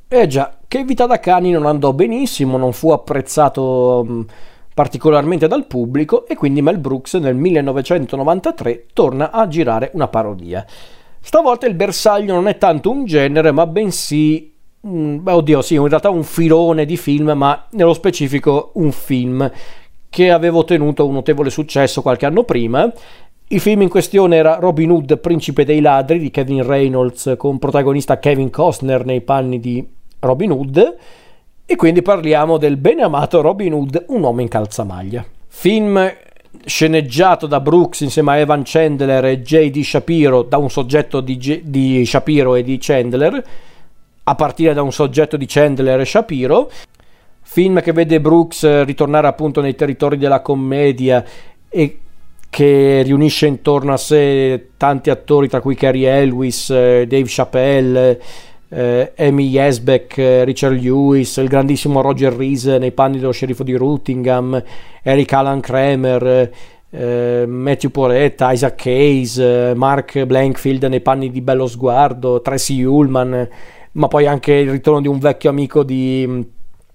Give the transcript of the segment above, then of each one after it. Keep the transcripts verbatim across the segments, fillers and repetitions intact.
Eh già, Che vita da cani non andò benissimo, non fu apprezzato mh, particolarmente dal pubblico, e quindi Mel Brooks nel millenovecentonovantatré torna a girare una parodia. Stavolta il bersaglio non è tanto un genere, ma bensì, mh, beh, oddio sì, in realtà un filone di film, ma nello specifico un film che aveva ottenuto un notevole successo qualche anno prima. Il film in questione era Robin Hood, principe dei ladri, di Kevin Reynolds, con protagonista Kevin Costner nei panni di Robin Hood, e quindi parliamo del bene amato Robin Hood, un uomo in calzamaglia. Film sceneggiato da Brooks insieme a Evan Chandler e J D Shapiro, da un soggetto di, G- di Shapiro e di Chandler, a partire da un soggetto di Chandler e Shapiro. Film che vede Brooks ritornare appunto nei territori della commedia e che riunisce intorno a sé tanti attori, tra cui Cary Elwes, Dave Chappelle, eh, Amy Yasbeck, Richard Lewis, il grandissimo Roger Rees nei panni dello sceriffo di Ruttingham, Eric Alan Kramer, eh, Matthew Poretta, Isaac Hayes, Mark Blankfield nei panni di Bello Sguardo, Tracy Ullman, ma poi anche il ritorno di un vecchio amico di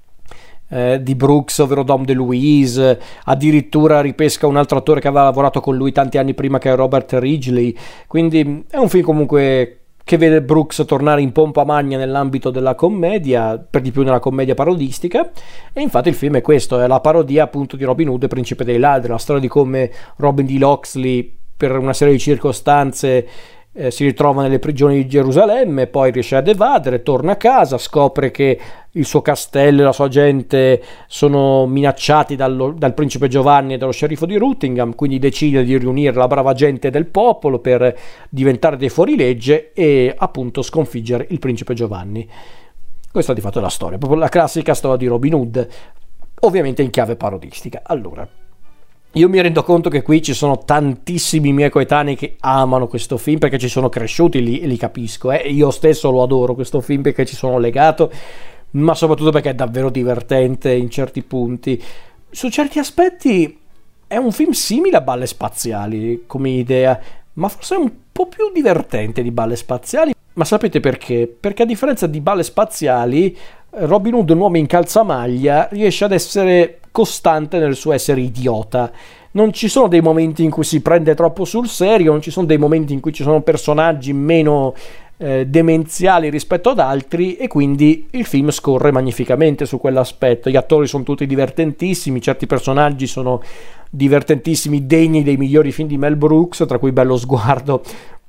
Eh, di Brooks, ovvero Dom DeLuise. Addirittura ripesca un altro attore che aveva lavorato con lui tanti anni prima, che è Robert Ridgely. Quindi è un film comunque che vede Brooks tornare in pompa magna nell'ambito della commedia, per di più nella commedia parodistica, e infatti il film è questo, è la parodia appunto di Robin Hood, principe dei ladri, la storia di come Robin D. Locksley, per una serie di circostanze, Eh, si ritrova nelle prigioni di Gerusalemme, poi riesce ad evadere, torna a casa, scopre che il suo castello e la sua gente sono minacciati dallo, dal principe Giovanni e dallo sceriffo di Ruttingham, quindi decide di riunire la brava gente del popolo per diventare dei fuorilegge e appunto sconfiggere il principe Giovanni. Questa di fatto è la storia, proprio la classica storia di Robin Hood, ovviamente in chiave parodistica. Allora, io mi rendo conto che qui ci sono tantissimi miei coetanei che amano questo film perché ci sono cresciuti, li, li capisco, eh. Io stesso lo adoro questo film perché ci sono legato, ma soprattutto perché è davvero divertente in certi punti. Su certi aspetti è un film simile a Balle Spaziali come idea, ma forse è un po' più divertente di Balle Spaziali. Ma sapete perché? Perché a differenza di Balle Spaziali, Robin Hood, un uomo in calzamaglia, riesce ad essere costante nel suo essere idiota. Non ci sono dei momenti in cui si prende troppo sul serio, non ci sono dei momenti in cui ci sono personaggi meno eh, demenziali rispetto ad altri, e quindi il film scorre magnificamente su quell'aspetto. Gli attori sono tutti divertentissimi, certi personaggi sono divertentissimi, degni dei migliori film di Mel Brooks, tra cui Bello Sguardo,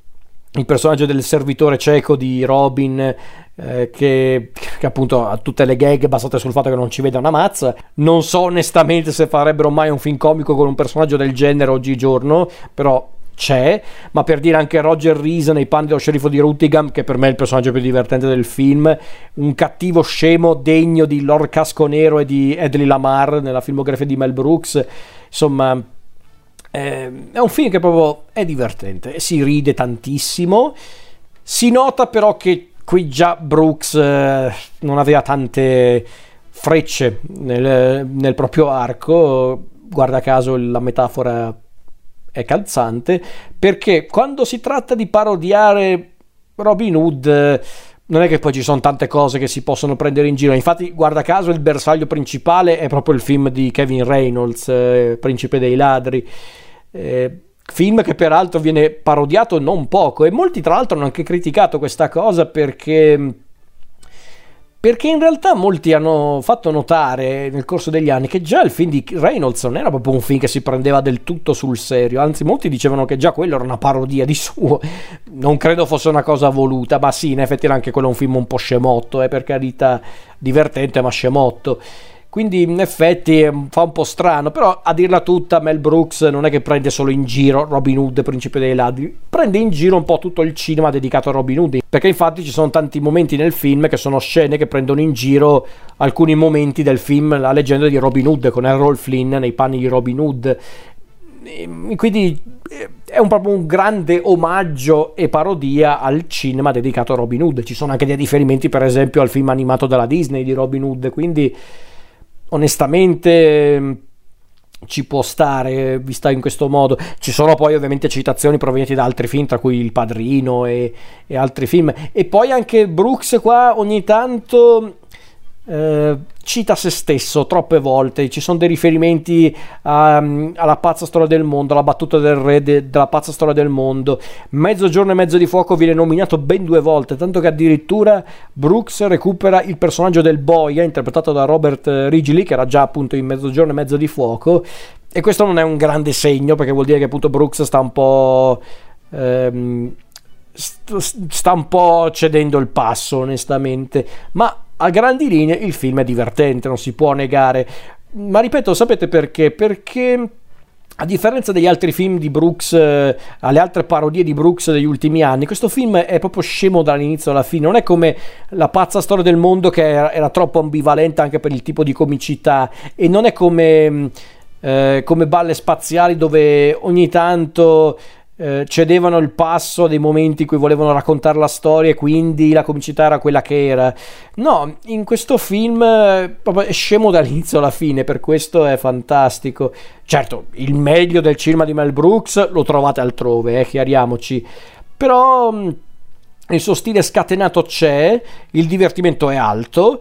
il personaggio del servitore cieco di Robin, eh, che, che appunto ha tutte le gag basate sul fatto che non ci vede una mazza. Non so onestamente se farebbero mai un film comico con un personaggio del genere oggigiorno, però c'è. Ma per dire, anche Roger Rees nei panni dello sceriffo di Ruttingham, che per me è il personaggio più divertente del film, un cattivo scemo degno di Lord Casconero e di Edley Lamar nella filmografia di Mel Brooks. Insomma, è un film che proprio è divertente, si ride tantissimo. Si nota però che qui già Brooks eh, non aveva tante frecce nel, nel proprio arco. Guarda caso la metafora è calzante, perché quando si tratta di parodiare Robin Hood eh, non è che poi ci sono tante cose che si possono prendere in giro. Infatti, guarda caso, il bersaglio principale è proprio il film di Kevin Reynolds, eh, Principe dei ladri. Eh, film che peraltro viene parodiato non poco, e molti tra l'altro hanno anche criticato questa cosa perché perché in realtà molti hanno fatto notare nel corso degli anni che già il film di Reynolds non era proprio un film che si prendeva del tutto sul serio, anzi molti dicevano che già quello era una parodia di suo. Non credo fosse una cosa voluta, ma sì, in effetti era anche quello un film un po' scemotto, eh, per carità, divertente ma scemotto. Quindi in effetti fa un po' strano, però a dirla tutta Mel Brooks non è che prende solo in giro Robin Hood, principe dei ladri, prende in giro un po' tutto il cinema dedicato a Robin Hood, perché infatti ci sono tanti momenti nel film che sono scene che prendono in giro alcuni momenti del film La leggenda di Robin Hood, con Errol Flynn nei panni di Robin Hood. E quindi è un, proprio un grande omaggio e parodia al cinema dedicato a Robin Hood. Ci sono anche dei riferimenti per esempio al film animato della Disney di Robin Hood, quindi onestamente ci può stare vista in questo modo. Ci sono poi ovviamente citazioni provenienti da altri film, tra cui Il Padrino e, e altri film, e poi anche Brooks qua ogni tanto eh, cita se stesso troppe volte. Ci sono dei riferimenti a, alla pazza storia del mondo, alla battuta del re de, della pazza storia del mondo. Mezzogiorno e mezzo di fuoco viene nominato ben due volte, tanto che addirittura Brooks recupera il personaggio del boia interpretato da Robert Ridgely, che era già appunto in Mezzogiorno e mezzo di fuoco, e questo non è un grande segno, perché vuol dire che appunto Brooks sta un po' ehm, sta un po' cedendo il passo, onestamente, ma a grandi linee il film è divertente, non si può negare. Ma ripeto, sapete perché? Perché a differenza degli altri film di Brooks, eh, alle altre parodie di Brooks degli ultimi anni, questo film è proprio scemo dall'inizio alla fine. Non è come La pazza storia del mondo, che era, era troppo ambivalente anche per il tipo di comicità, e non è come, eh, come Balle spaziali, dove ogni tanto Eh, cedevano il passo a dei momenti in cui volevano raccontare la storia e quindi la comicità era quella che era. No, in questo film eh, proprio è scemo dall'inizio alla fine, per questo è fantastico. Certo, il meglio del cinema di Mel Brooks lo trovate altrove, eh, chiariamoci, però mh, il suo stile scatenato c'è, il divertimento è alto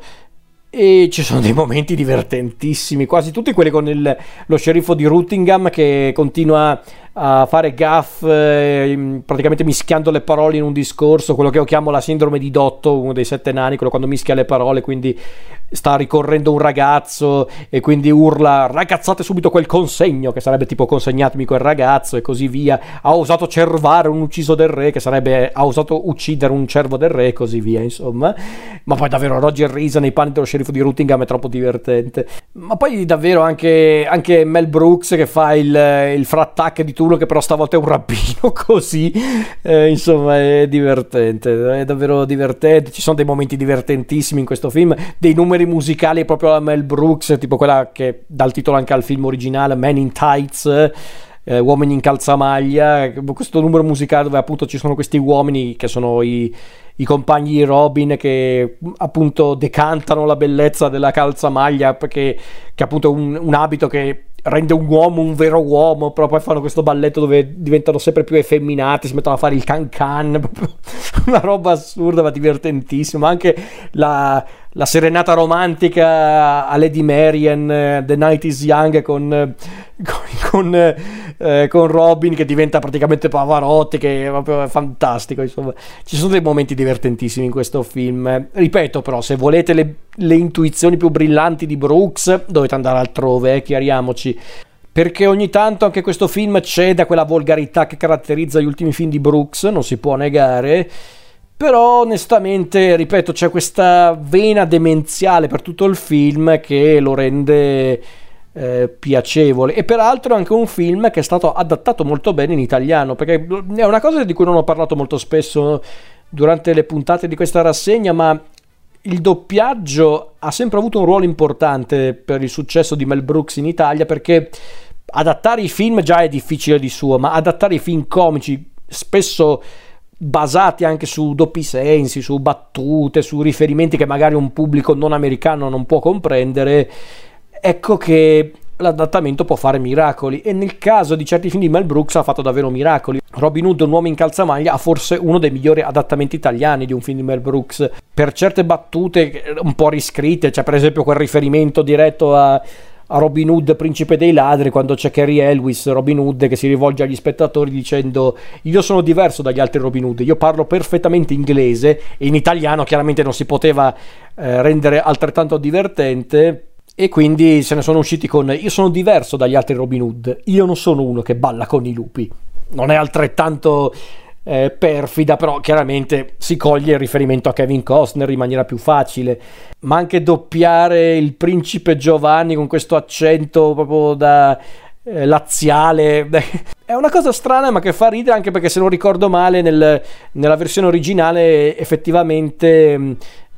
e ci sono dei momenti divertentissimi, quasi tutti quelli con il, lo sceriffo di Ruttingham che continua a fare gaff, eh, praticamente mischiando le parole in un discorso, quello che io chiamo la sindrome di Dotto, uno dei sette nani, quello quando mischia le parole, quindi sta ricorrendo un ragazzo e quindi urla ragazzate subito quel consegno, che sarebbe tipo consegnatemi quel ragazzo, e così via. Ha osato cervare un ucciso del re, che sarebbe ha osato uccidere un cervo del re, e così via, insomma. Ma poi davvero Roger Rees nei panni dello sceriffo di Ruttingham è troppo divertente. Ma poi davvero anche, anche Mel Brooks che fa il, il frattac di turno, che però stavolta è un rabbino, così eh, insomma è divertente, è davvero divertente. Ci sono dei momenti divertentissimi in questo film, dei numeri musicali proprio alla Mel Brooks, tipo quella che dà il titolo anche al film originale, Men in Tights, eh, uomini in calzamaglia, questo numero musicale dove appunto ci sono questi uomini che sono i, i compagni di Robin, che appunto decantano la bellezza della calzamaglia, perché che appunto è un, un abito che rende un uomo un vero uomo, però poi fanno questo balletto dove diventano sempre più effeminati, si mettono a fare il can can, una roba assurda ma divertentissima. Anche la, la serenata romantica a Lady Marian, The Night is Young, con, con, con, eh, con Robin che diventa praticamente Pavarotti, che è proprio fantastico. Insomma, ci sono dei momenti divertentissimi in questo film. Ripeto, però, se volete le, le intuizioni più brillanti di Brooks dovete andare altrove, eh, chiariamoci, perché ogni tanto anche questo film cede a quella volgarità che caratterizza gli ultimi film di Brooks, non si può negare. Però onestamente, ripeto, c'è questa vena demenziale per tutto il film che lo rende eh, piacevole. E peraltro è anche un film che è stato adattato molto bene in italiano, perché è una cosa di cui non ho parlato molto spesso durante le puntate di questa rassegna, ma il doppiaggio ha sempre avuto un ruolo importante per il successo di Mel Brooks in Italia, perché adattare i film già è difficile di suo, ma adattare i film comici spesso basati anche su doppi sensi, su battute, su riferimenti che magari un pubblico non americano non può comprendere, ecco che l'adattamento può fare miracoli, e nel caso di certi film di Mel Brooks ha fatto davvero miracoli. Robin Hood, un uomo in calzamaglia, ha forse uno dei migliori adattamenti italiani di un film di Mel Brooks, per certe battute un po' riscritte. C'è per esempio quel riferimento diretto a, a Robin Hood, principe dei ladri, quando c'è Cary Elwes, Robin Hood, che si rivolge agli spettatori dicendo io sono diverso dagli altri Robin Hood, io parlo perfettamente inglese, e in italiano chiaramente non si poteva eh, rendere altrettanto divertente, e quindi se ne sono usciti con io sono diverso dagli altri Robin Hood, io non sono uno che balla con i lupi. Non è altrettanto eh, perfida, però chiaramente si coglie il riferimento a Kevin Costner in maniera più facile. Ma anche doppiare il principe Giovanni con questo accento proprio da eh, laziale è una cosa strana, ma che fa ridere, anche perché se non ricordo male nel, nella versione originale effettivamente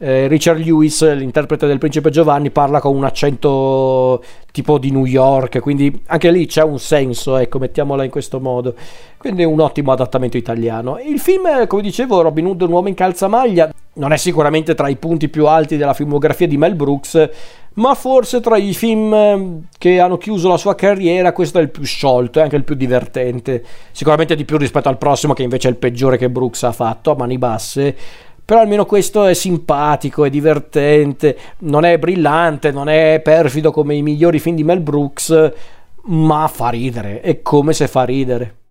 eh, Richard Lewis, l'interprete del principe Giovanni, parla con un accento tipo di New York, quindi anche lì c'è un senso, ecco, mettiamola in questo modo. Quindi è un ottimo adattamento italiano. Il film, come dicevo, Robin Hood, un uomo in calzamaglia, non è sicuramente tra i punti più alti della filmografia di Mel Brooks, ma forse tra i film che hanno chiuso la sua carriera questo è il più sciolto e anche il più divertente, sicuramente di più rispetto al prossimo che invece è il peggiore che Brooks ha fatto a mani basse. Però almeno questo è simpatico, è divertente, non è brillante, non è perfido come i migliori film di Mel Brooks, ma fa ridere, è come se fa ridere.